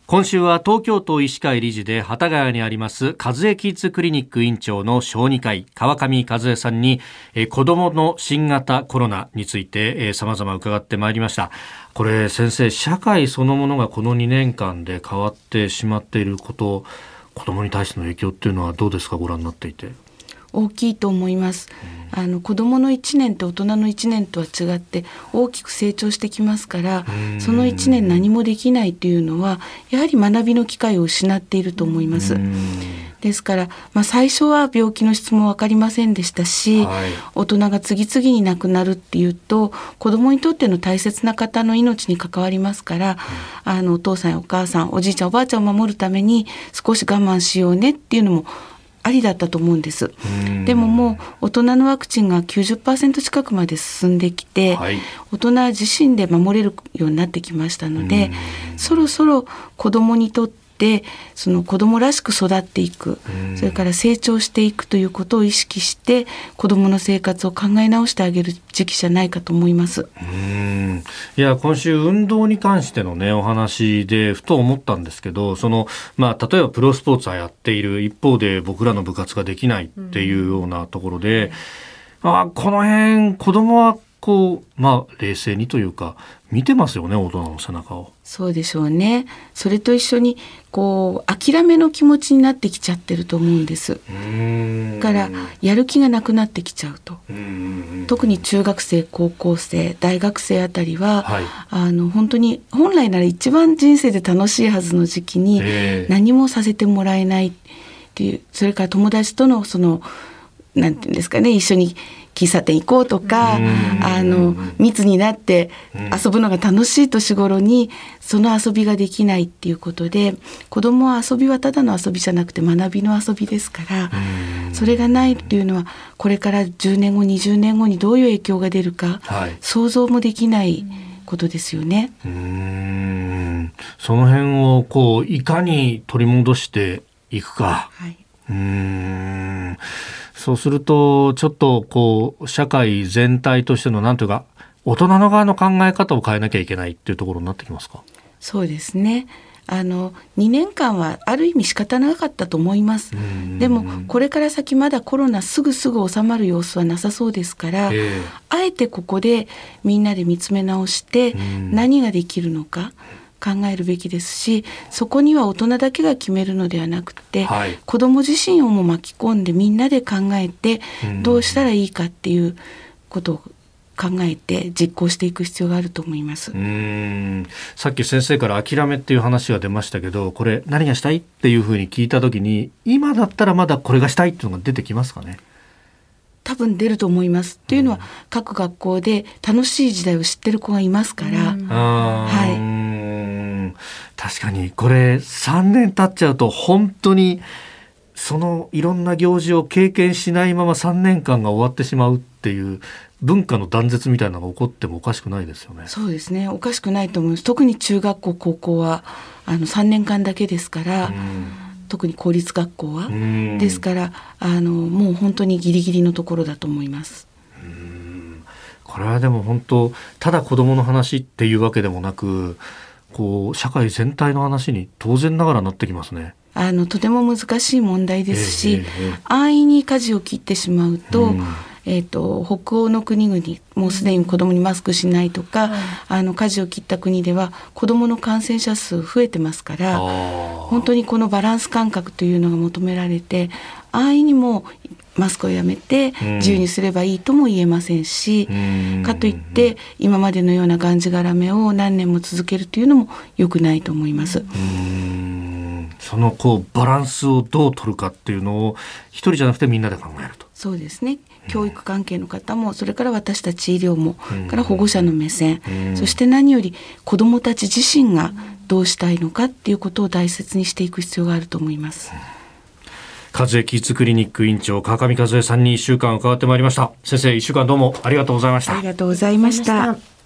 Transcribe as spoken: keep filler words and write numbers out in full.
今週は東京都医師会理事で幡ヶ谷にあります和江キッズクリニック院長の小児科医川上和江さんにえ子どもの新型コロナについて様々伺ってまいりました。これ先生、社会そのものがこのにねんかんで変わってしまっていること、子どもに対しての影響っていうのはどうですか、ご覧になっていて。 大きいと思います。あの子どものいちねんと大人のいちねんとは違って大きく成長してきますから、そのいちねん何もできないというのはやはり学びの機会を失っていると思います。ですから、まあ、最初は病気の質も分かりませんでしたし、はい、大人が次々に亡くなるっていうと子どもにとっての大切な方の命に関わりますから、うん、あのお父さんやお母さん、おじいちゃんおばあちゃんを守るために少し我慢しようねっていうのもありだったと思うんです。でももう大人のワクチンが きゅうじゅっパーセント 近くまで進んできて、はい、大人自身で守れるようになってきましたので、そろそろ子どもにとってでその子どもらしく育っていく、それから成長していくということを意識して子どもの生活を考え直してあげる時期じゃないかと思います。 うーんいや今週運動に関してのねお話でふと思ったんですけど、その、まあ、例えばプロスポーツはやっている一方で僕らの部活ができないっていうようなところで、あこの辺子どもはこう、まあ、冷静にというか見てますよね、大人の背中を。 そうでしょうね。それと一緒にこう諦めの気持ちになってきちゃってると思うんです。うーんからやる気がなくなってきちゃうと。うーん特に中学生、高校生、大学生あたりは、はい、あの本当に本来なら一番人生で楽しいはずの時期に何もさせてもらえないっていう、それから友達とのそのなんていうんですかね、一緒に喫茶店行こうとか、あの密になって遊ぶのが楽しい年頃にその遊びができないっていうことで、子どもは遊びはただの遊びじゃなくて学びの遊びですから、それがないっていうのはこれからじゅうねんごにじゅうねんごにどういう影響が出るか、はい、想像もできないことですよね。 うーんその辺をこういかに取り戻していくか、はい、うーんそうするとちょっとこう社会全体としてのなんというか大人の側の考え方を変えなきゃいけないっていうところになってきますか。 そうですね。あのにねんかんはある意味仕方なかったと思います。でもこれから先まだコロナすぐすぐ収まる様子はなさそうですから、あえてここでみんなで見つめ直して何ができるのか考えるべきですし、そこには大人だけが決めるのではなくて、はい、子ども自身をも巻き込んでみんなで考えてどうしたらいいかっていうことを考えて実行していく必要があると思います。 うーんさっき先生から諦めっていう話が出ましたけど、これ何がしたいっていうふうに聞いたときに今だったらまだこれがしたいっていうのが出てきますかね。 多分出ると思います。というのは各学校で楽しい時代を知ってる子がいますから、はい確かにこれさんねん経っちゃうと本当にそのいろんな行事を経験しないままさんねんかんが終わってしまうっていう文化の断絶みたいなのが起こってもおかしくないですよね。 そうですね、おかしくないと思います。特に中学校高校はあのさんねんかんだけですから、特に公立学校はですからあのもう本当にギリギリのところだと思います。 うーんこれはでも本当ただ子どもの話っていうわけでもなく、こう社会全体の話に当然ながらなってきますね。 あのとても難しい問題ですし、えーえー、安易に舵を切ってしまうと、うんえー、と北欧の国々もうすでに子どもにマスクしないとか、うん、あの舵を切った国では子どもの感染者数増えてますから、本当にこのバランス感覚というのが求められて、安易にもマスクをやめて自由にすればいいとも言えませんし、うん、かといって今までのようながんじがらめを何年も続けるというのも良くないと思います。うーんそのこうバランスをどう取るかっていうのを一人じゃなくてみんなで考えると。 そうですね、教育関係の方もそれから私たち医療も、うん、から保護者の目線、うん、そして何より子どもたち自身がどうしたいのかっていうことを大切にしていく必要があると思います。 和江キッズクリニック院長川上和江さんにいっしゅうかん伺ってまいりました。先生いっしゅうかんどうもありがとうございました。 ありがとうございました。